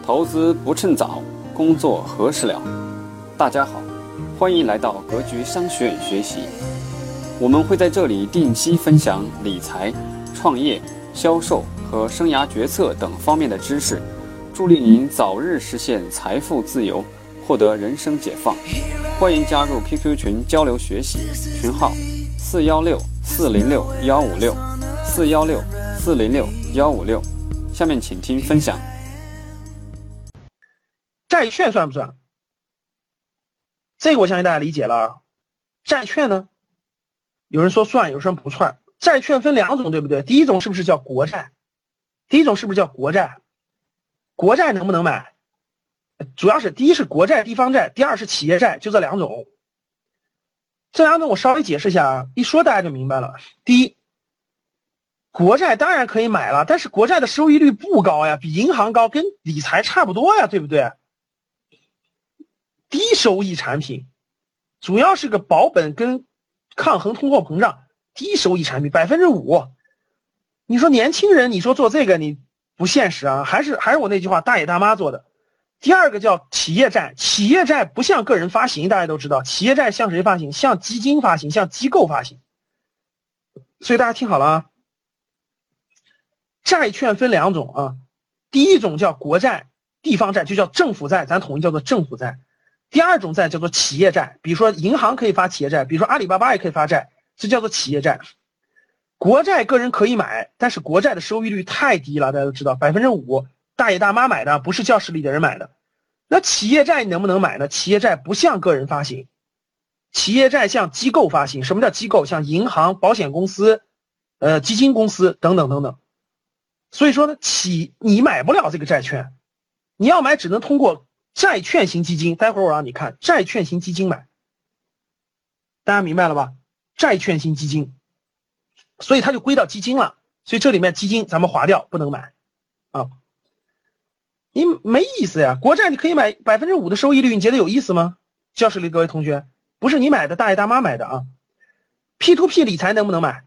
投资不趁早，工作何时了？大家好，欢迎来到格局商学院学习。我们会在这里定期分享理财、创业、销售和生涯决策等方面的知识，助力您早日实现财富自由，获得人生解放。欢迎加入 QQ 群交流学习，群号416-406-156，416-406-156。下面请听分享。 债券算不算？这个我相信大家理解了。债券呢，有人说算，有人说不算。债券分两种，对不对？第一种是不是叫国债？国债能不能买？主要是第一是国债、地方债，第二是企业债，就这两种。这两种我稍微解释一下啊，一说大家就明白了。第一，国债当然可以买了，但是国债的收益率不高呀，比银行高，跟理财差不多呀，对不对？低收益产品，主要是个保本跟抗衡通货膨胀，低收益产品5%。你说年轻人，你说做这个你不现实啊，还是我那句话，大爷大妈做的。第二个叫企业债，企业债不向个人发行，大家都知道，企业债向谁发行？向基金发行，向机构发行。所以大家听好了啊，债券分两种啊，第一种叫国债、地方债，就叫政府债，咱统一叫做政府债。第二种债叫做企业债，比如说银行可以发企业债，比如说阿里巴巴也可以发债，这叫做企业债。国债个人可以买，但是国债的收益率太低了，大家都知道，5%，大爷大妈买的，不是教室里的人买的。那企业债你能不能买呢？企业债不向个人发行，企业债向机构发行。什么叫机构？像银行、保险公司、基金公司等等等等。所以说呢，你买不了这个债券，你要买只能通过债券型基金，待会儿我让你看债券型基金买，大家明白了吧？债券型基金，所以它就归到基金了，所以这里面基金咱们划掉，不能买啊。你没意思呀，国债你可以买5%的收益率，你觉得有意思吗？教室里各位同学，不是你买的，大爷大妈买的啊。P2P 理财能不能买？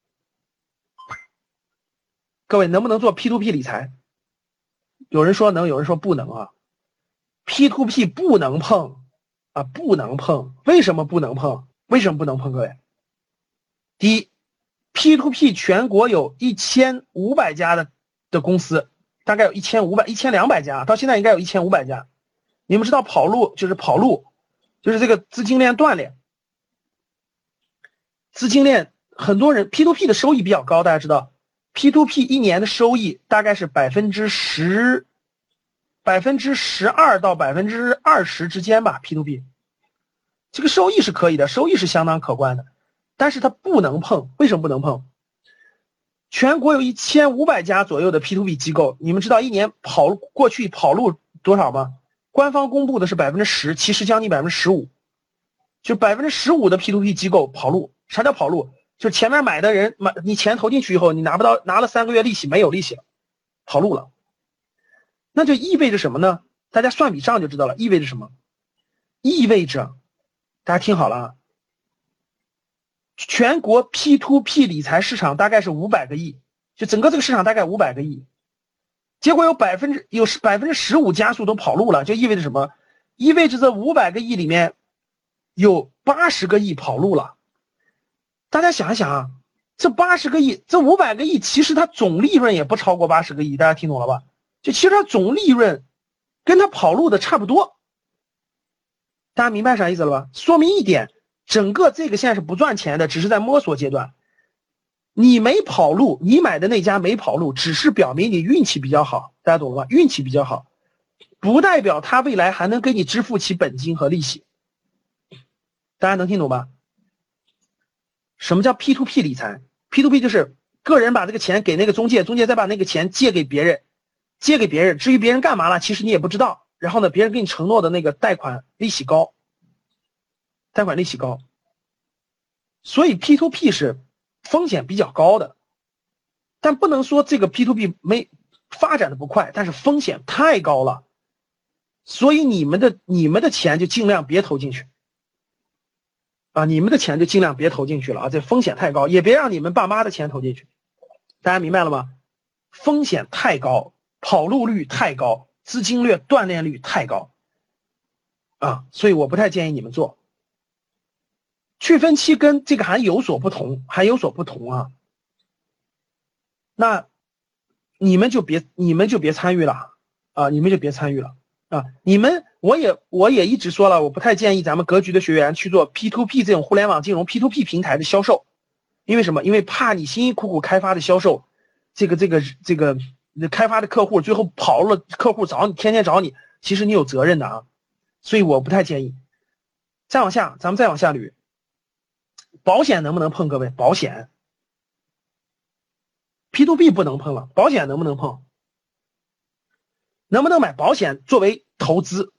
各位能不能做 P2P 理财？有人说能，有人说不能啊。P2P 不能碰啊，不能碰。为什么不能碰？为什么不能碰？各位，第一 ，P2P 全国有1500家的公司，大概有1200家，到现在应该有1500家。你们知道跑路，就是这个资金链断裂。资金链很多人 P2P 的收益比较高，大家知道 P2P 一年的收益大概是12%到20%之间吧 ，P2P 这个收益是可以的，收益是相当可观的，但是它不能碰。为什么不能碰？全国有1500家左右的 P2P 机构，你们知道一年过去跑路多少吗？官方公布的是10%，其实将近15%，就15%的 P2P 机构跑路。啥叫跑路？就是前面买的人你钱投进去以后，你拿了3个月利息，没有利息了，跑路了。那就意味着什么呢？大家算笔账就知道了，意味着什么？意味着大家听好了啊，全国 P2P 理财市场大概是500个亿，就整个这个市场大概500个亿，结果有15%加速都跑路了，就意味着什么？意味着这500个亿里面有80个亿跑路了。大家想一想啊，这80个亿，这500个亿其实它总利润也不超过80个亿，大家听懂了吧？就其实它总利润跟它跑路的差不多，大家明白啥意思了吧？说明一点，整个这个现在是不赚钱的，只是在摸索阶段。你没跑路，你买的那家没跑路，只是表明你运气比较好，大家懂了吧？运气比较好，不代表他未来还能给你支付起本金和利息。大家能听懂吧？什么叫 P2P 理财？ P2P 就是个人把这个钱给那个中介，中介再把那个钱借给别人，至于别人干嘛了，其实你也不知道。然后呢，别人给你承诺的那个贷款利息高，所以 P2P 是风险比较高的，但不能说这个 P2P 没发展的不快，但是风险太高了，所以你们的钱就尽量别投进去啊，这风险太高，也别让你们爸妈的钱投进去，大家明白了吗？风险太高，跑路率太高， 资金链断裂率太高啊，所以我不太建议你们做。去分期跟这个还有所不同，啊。那你们就别参与了啊，啊。我也一直说了，我不太建议咱们格局的学员去做 P2P 这种互联网金融 P2P 平台的销售，因为什么？因为怕你辛辛苦苦开发的销售，这个开发的客户最后跑了，客户天天找你，其实你有责任的啊，所以我不太建议。咱们再往下捋，保险能不能碰？各位，保险 P2P 不能碰了，保险能不能碰？能不能买保险作为投资？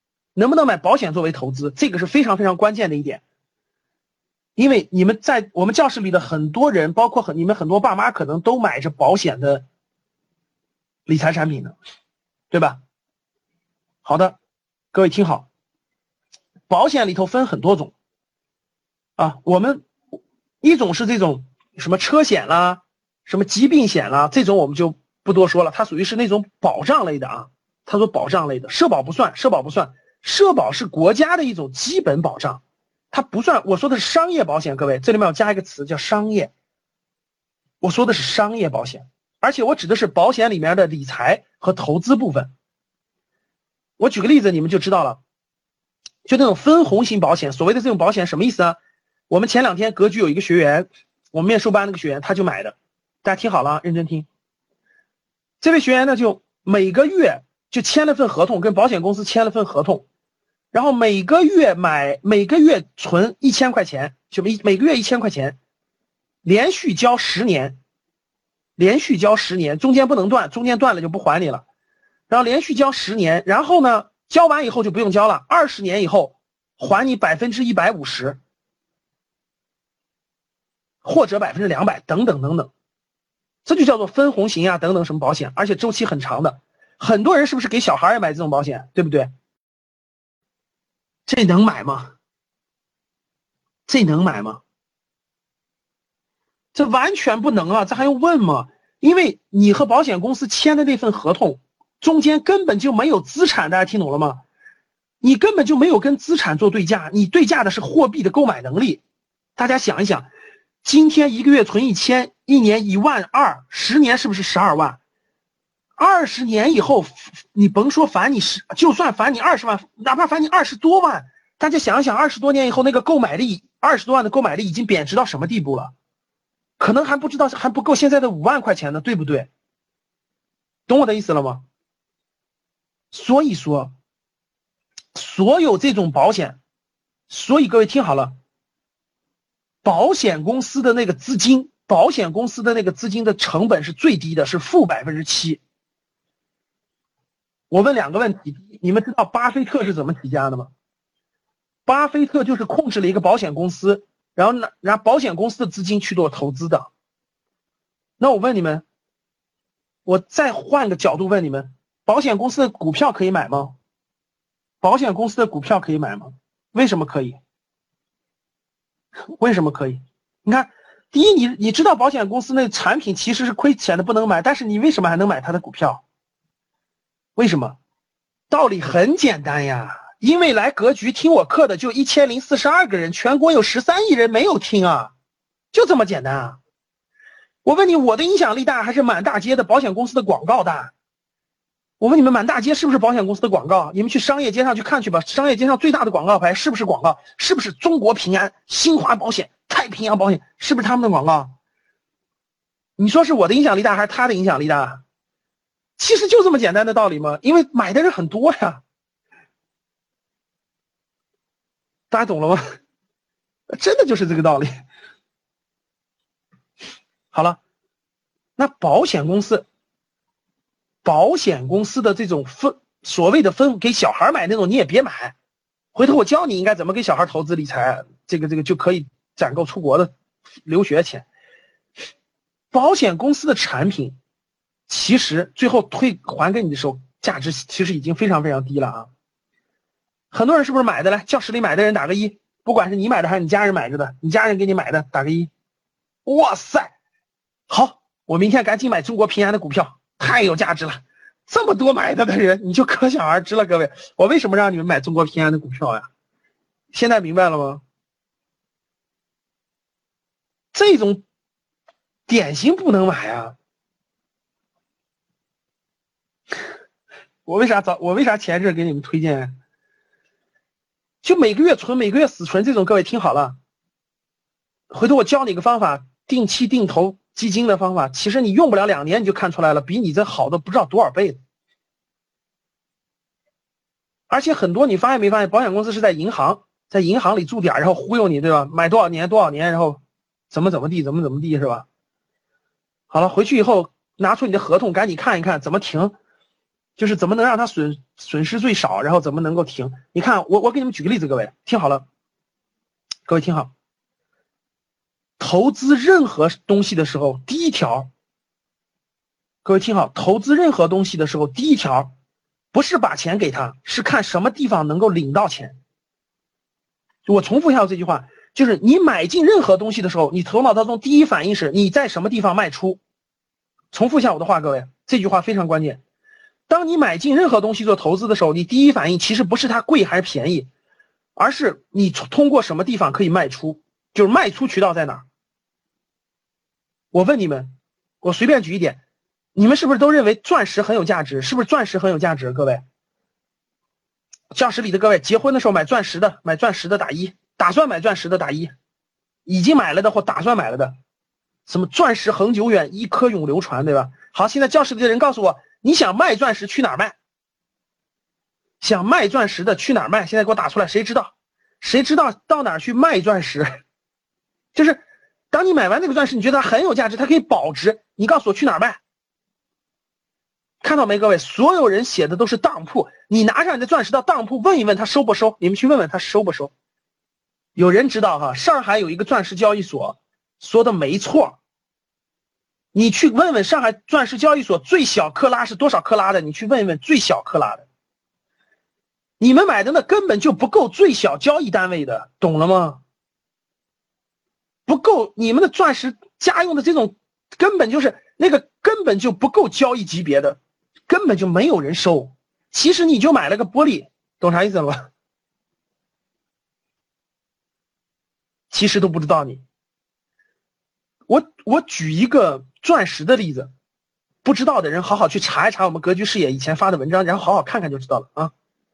这个是非常非常关键的一点。因为你们在我们教室里的很多人，包括你们很多爸妈，可能都买着保险的理财产品的，对吧？好的，各位听好，保险里头分很多种啊。我们一种是这种什么车险啦，什么疾病险啦，这种我们就不多说了，它属于是那种保障类的啊。他说保障类的，社保不算，社保是国家的一种基本保障，它不算。我说的是商业保险，各位，这里面要加一个词叫商业。我说的是商业保险，而且我指的是保险里面的理财和投资部分。我举个例子，你们就知道了。就那种分红型保险，所谓的这种保险什么意思啊？我们前2天格局有一个学员，我们面授班那个学员他就买的，大家听好了，认真听。这位学员呢，就每个月就签了份合同，跟保险公司签了份合同，然后每个月存1000块钱，就每个月1000块钱，连续交10年，中间不能断，中间断了就不还你了。然后连续交10年，然后呢，交完以后就不用交了，20年以后还你150%，或者200%等等，这就叫做分红型啊等等什么保险，而且周期很长的。很多人是不是给小孩也买这种保险，对不对？这能买吗？这完全不能啊，这还用问吗？因为你和保险公司签的那份合同中间根本就没有资产，大家听懂了吗？你根本就没有跟资产做对价，你对价的是货币的购买能力。大家想一想，今天一个月存1000，一年12000，10年是不是12万？20年以后，你甭说就算返你20万，哪怕返你20多万，大家想一想，20多年以后那个购买力，20多万的购买力已经贬值到什么地步了？可能还不够现在的5万块钱呢，对不对？懂我的意思了吗？所以说，所有这种保险，所以各位听好了，保险公司的那个资金的成本是最低的，是-7%。我问2个问题，你们知道巴菲特是怎么起家的吗？巴菲特就是控制了一个保险公司，然后拿保险公司的资金去做投资的。那我问你们，我再换个角度问你们，保险公司的股票可以买吗？为什么可以？你看，第一，你知道保险公司那产品其实是亏钱的，不能买，但是你为什么还能买它的股票？为什么？道理很简单呀，因为来格局听我课的就1042个人，全国有13亿人没有听啊，就这么简单啊。我问你，我的影响力大还是满大街的保险公司的广告大？我问你们，满大街是不是保险公司的广告？你们去商业街上去看去吧，商业街上最大的广告牌是不是广告？是不是中国平安、新华保险、太平洋保险？是不是他们的广告？你说是我的影响力大还是他的影响力大？其实就这么简单的道理嘛，因为买的人很多呀。大家懂了吗？真的就是这个道理。好了，那保险公司的这种所谓的给小孩买那种你也别买，回头我教你应该怎么给小孩投资理财，这个就可以攒够出国的留学钱。保险公司的产品其实最后退还给你的时候，价值其实已经非常非常低了啊。很多人是不是买的？来，教室里买的人打个1，不管是你买的还是你家人买着的，你家人给你买的打个1。哇塞，好，我明天赶紧买中国平安的股票，太有价值了。 这么多买的人，你就可想而知了。各位，我为什么让你们买中国平安的股票呀？现在明白了吗？这种典型不能买啊！我为啥前一阵给你们推荐？就每个月存，每个月死存这种，各位听好了。回头我教你个方法，定期定投基金的方法，其实你用不了2年你就看出来了，比你这好的不知道多少倍的。而且很多你发现没发现，保险公司是在银行里驻点，然后忽悠你，对吧？买多少年，然后怎么地是吧？好了，回去以后拿出你的合同，赶紧看一看怎么停，就是怎么能让它损失最少，然后怎么能够停。你看我给你们举个例子，各位听好了，各位听好，投资任何东西的时候，第一条，各位听好，投资任何东西的时候，第一条不是把钱给他，是看什么地方能够领到钱。我重复一下这句话，就是你买进任何东西的时候，你头脑当中第一反应是你在什么地方卖出。重复一下我的话，各位，这句话非常关键。当你买进任何东西做投资的时候，你第一反应其实不是它贵还是便宜，而是你通过什么地方可以卖出，就是卖出渠道在哪儿。我问你们，我随便举一点，你们是不是都认为钻石很有价值？是不是钻石很有价值？各位，教室里的各位，结婚的时候买钻石的打1，打算买钻石的打1，已经买了的或打算买了的，什么钻石恒久远，一颗永流传，对吧？好，现在教室里的人告诉我，你想卖钻石去哪儿卖？想卖钻石的去哪儿卖？现在给我打出来，谁知道？谁知道到哪儿去卖钻石？就是当你买完那个钻石，你觉得它很有价值，它可以保值，你告诉我去哪儿卖？看到没，各位？所有人写的都是当铺，你拿上你的钻石到当铺问一问他收不收，你们去问问他收不收。有人知道哈，上海有一个钻石交易所，说的没错。你去问问上海钻石交易所最小克拉是多少克拉的，你去问一问最小克拉的。你们买的那根本就不够最小交易单位的，懂了吗？不够，你们的钻石家用的这种根本就是那个根本就不够交易级别的，根本就没有人收。其实你就买了个玻璃，懂啥意思了吧？其实都不知道你。我举一个钻石的例子，不知道的人好好去查一查我们格局视野以前发的文章，然后好好看看就知道了啊。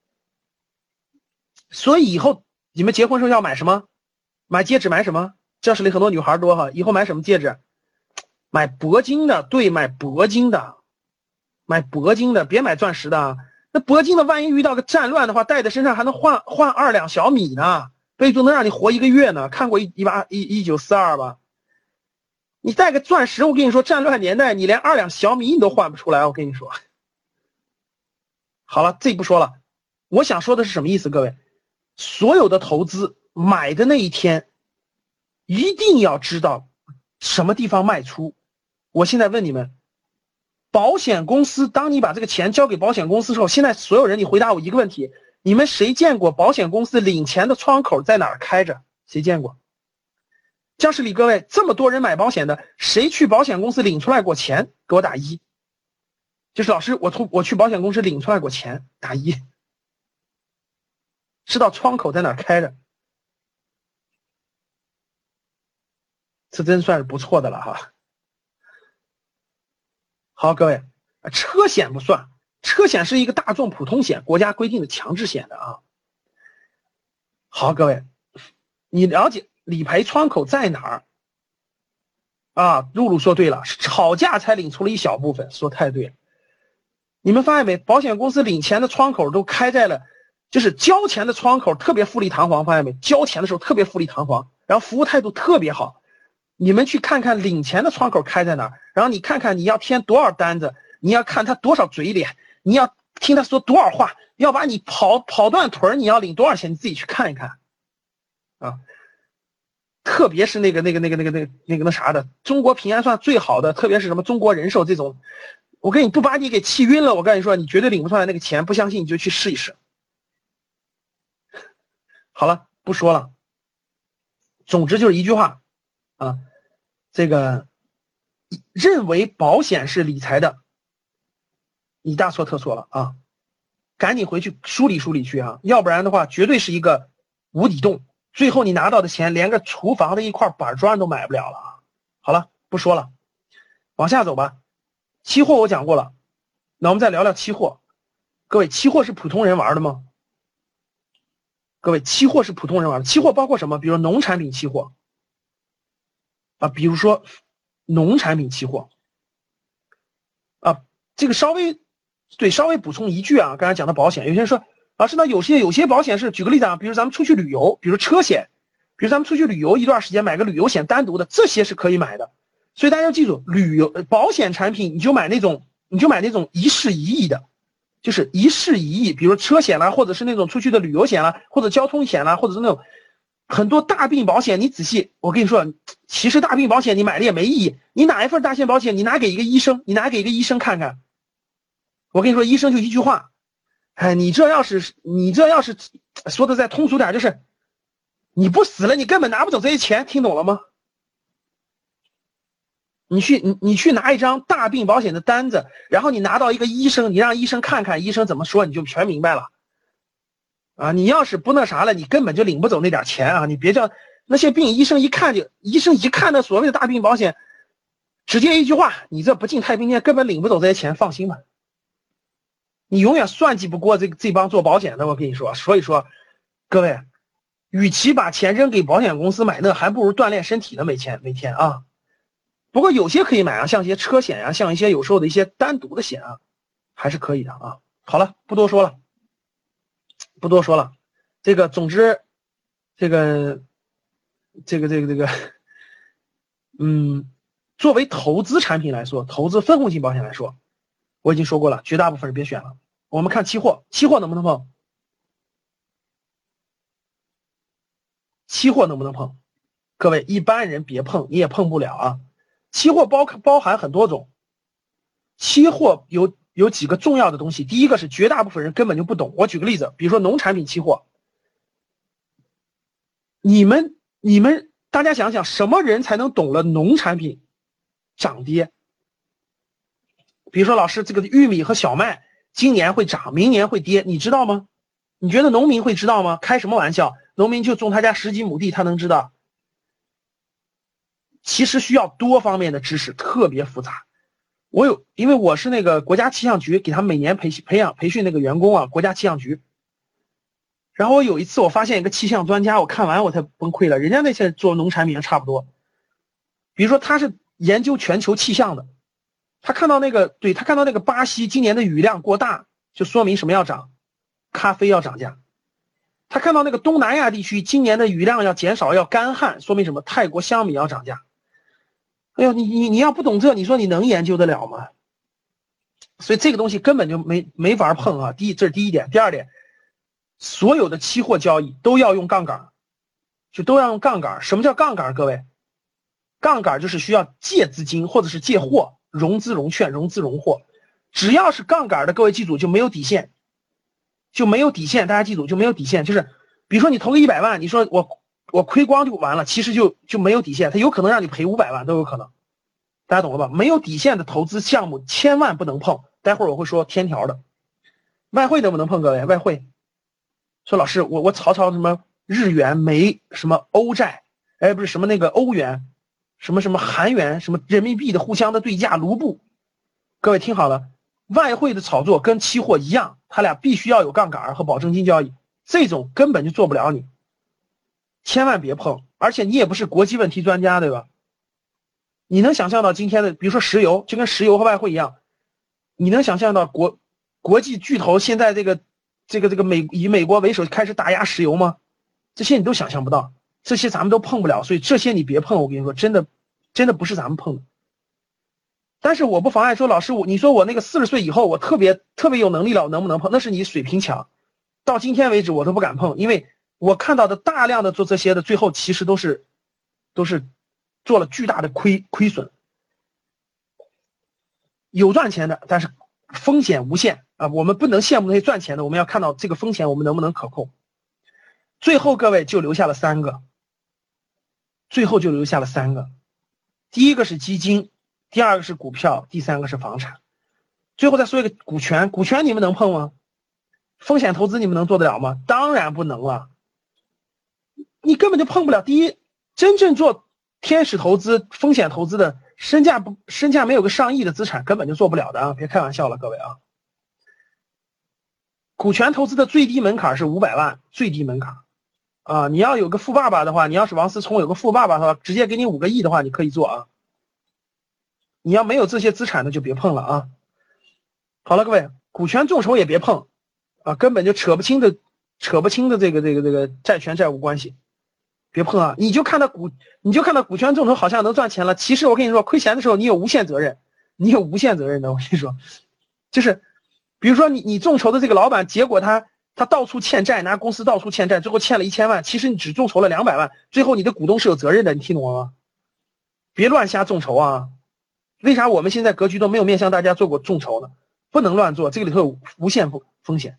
所以以后你们结婚时候要买什么？买戒指买什么？教室里很多女孩多哈，以后买什么戒指？买铂金的，对，买铂金的，别买钻石的。那铂金的万一遇到个战乱的话，戴在身上还能换2两小米呢，备注能让你活1个月呢。看过1942吧？你戴个钻石，我跟你说，战乱年代你连2两小米你都换不出来，我跟你说。好了，这不说了，我想说的是什么意思？各位，所有的投资买的那一天，一定要知道什么地方卖出。我现在问你们，保险公司，当你把这个钱交给保险公司的时候，现在所有人你回答我一个问题，你们谁见过保险公司领钱的窗口在哪儿开着？谁见过？教室里各位，这么多人买保险的，谁去保险公司领出来过钱？给我打1。就是老师，我去保险公司领出来过钱，打1。知道窗口在哪儿开着？这真算是不错的了哈。好，各位，车险不算，车险是一个大众普通险，国家规定的强制险的啊。好，各位，你了解理赔窗口在哪儿啊？露露说对了，是吵架才领出了一小部分，说太对了。你们发现没？保险公司领钱的窗口都开在了，就是交钱的窗口特别富丽堂皇，发现没？交钱的时候特别富丽堂皇，然后服务态度特别好。你们去看看领钱的窗口开在哪儿，然后你看看你要填多少单子，你要看他多少嘴脸，你要听他说多少话，要把你跑断腿你要领多少钱，你自己去看一看啊。特别是那个啥的，中国平安算最好的，特别是什么中国人寿这种，我跟你不把你给气晕了，我跟你说，你绝对领不出来那个钱，不相信你就去试一试。好了，不说了，总之就是一句话啊，这个认为保险是理财的， 你大错特错了啊！赶紧回去梳理梳理去啊，要不然的话绝对是一个无底洞，最后你拿到的钱连个厨房的一块板砖都买不了了啊！好了，不说了，往下走吧。期货我讲过了，那我们再聊聊期货。各位，期货是普通人玩的吗？各位，期货是普通人玩的。期货包括什么？比如农产品期货啊，比如说农产品期货啊，这个稍微补充一句啊，刚才讲的保险，有些人说老师呢，有些保险是，举个例子啊，比如咱们出去旅游，比如车险，比如咱们出去旅游一段时间买个旅游险单独的，这些是可以买的。所以大家要记住，保险产品你就买那种一事一议的，就是一事一议，比如车险啦，或者是那种出去的旅游险啦，或者交通险啦，或者是那种很多大病保险，你仔细，我跟你说，其实大病保险你买了也没意义，你哪一份大险保险，你拿给一个医生看看，我跟你说，医生就一句话，哎，你这要是说的再通俗点，就是你不死了，你根本拿不走这些钱，听懂了吗？你去拿一张大病保险的单子，然后你拿到一个医生，你让医生看看，医生怎么说你就全明白了。啊，你要是不那啥了，你根本就领不走那点钱啊！你别叫那些病，医生一看那所谓的大病保险，直接一句话，你这不进太平间根本领不走这些钱，放心吧。你永远算计不过这帮做保险的，我跟你说。所以说，各位，与其把钱扔给保险公司买那，还不如锻炼身体呢，每天啊。不过有些可以买啊，像一些车险啊，像一些有时候的一些单独的险啊，还是可以的啊。好了，不多说了。这个总之，作为投资产品来说，投资分红型保险来说，我已经说过了，绝大部分人别选了。我们看期货能不能碰？期货能不能碰？各位，一般人别碰，你也碰不了啊。期货包含很多种，期货有几个重要的东西。第一个是绝大部分人根本就不懂。我举个例子，比如说农产品期货，你们大家想想，什么人才能懂了农产品涨跌？比如说老师，这个玉米和小麦今年会涨，明年会跌，你知道吗？你觉得农民会知道吗？开什么玩笑，农民就种他家10几亩地，他能知道？其实需要多方面的知识，特别复杂。因为我是那个国家气象局给他们每年培训那个员工啊，国家气象局。然后有一次我发现一个气象专家，我看完我才崩溃了，人家那些做农产品也差不多。比如说他是研究全球气象的，他看到那个巴西今年的雨量过大，就说明什么要涨，咖啡要涨价。他看到那个东南亚地区今年的雨量要减少，要干旱，说明什么？泰国香米要涨价。哎呦，你要不懂这，你说你能研究得了吗？所以这个东西根本就没法碰啊。这是第一点。第二点，所有的期货交易都要用杠杆，都要用杠杆。什么叫杠杆？各位，杠杆就是需要借资金或者是借货，融资融券，融资融货。只要是杠杆的，各位记住就没有底线，大家记住就没有底线。就是比如说你投个100万，你说我亏光就完了，其实就没有底线，它有可能让你赔500万都有可能。大家懂了吧？没有底线的投资项目千万不能碰。待会儿我会说天条的。外汇能不能碰？各位，外汇说老师，我炒什么日元、美什么欧债，哎，不是什么那个欧元，什么韩元，什么人民币的互相的对价，卢布。各位听好了，外汇的炒作跟期货一样，它俩必须要有杠杆和保证金交易，这种根本就做不了你，千万别碰。而且你也不是国际问题专家，对吧？你能想象到今天的，比如说石油，就跟石油和外汇一样，你能想象到国际巨头现在这个以美国为首开始打压石油吗？这些你都想象不到，这些咱们都碰不了，所以这些你别碰。我跟你说，真的不是咱们碰的。但是我不妨碍说，老师，你说我那个40岁以后我特别有能力了，我能不能碰？那是你水平强。到今天为止我都不敢碰，因为我看到的大量的做这些的，最后其实都是做了巨大的亏损。有赚钱的，但是风险无限啊！我们不能羡慕那些赚钱的，我们要看到这个风险我们能不能可控。最后各位就留下了3个，第一个是基金，第二个是股票，第3个是房产。 最后再说一个股权，股权你们能碰吗？风险投资你们能做得了吗？当然不能了，你根本就碰不了。第一，真正做天使投资、风险投资的身价没有个上亿的资产，根本就做不了的啊！别开玩笑了，各位啊。股权投资的最低门槛是500万，最低门槛啊！你要有个富爸爸的话，你要是王思聪有个富爸爸的话，直接给你5个亿的话，你可以做啊。你要没有这些资产的就别碰了啊。好了，各位，股权众筹也别碰啊，根本就扯不清的这个债权债务关系，别碰啊！你就看到股权众筹好像能赚钱了，其实我跟你说，亏钱的时候你有无限责任，的。我跟你说，就是比如说你众筹的这个老板，结果他到处欠债，拿公司到处欠债，最后欠了1000万，其实你只众筹了200万，最后你的股东是有责任的，你听懂了吗？别乱瞎众筹啊！为啥我们现在格局都没有面向大家做过众筹呢？不能乱做，这个里头有无限风险，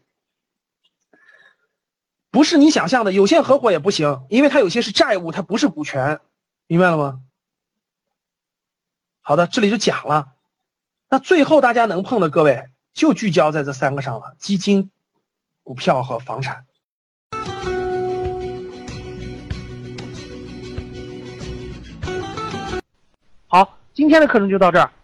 不是你想象的有限合伙也不行，因为它有些是债务，它不是股权，明白了吗？好的，这里就讲了。那最后大家能碰的，各位就聚焦在这3个上了：基金、股票和房产。好，今天的课程就到这儿。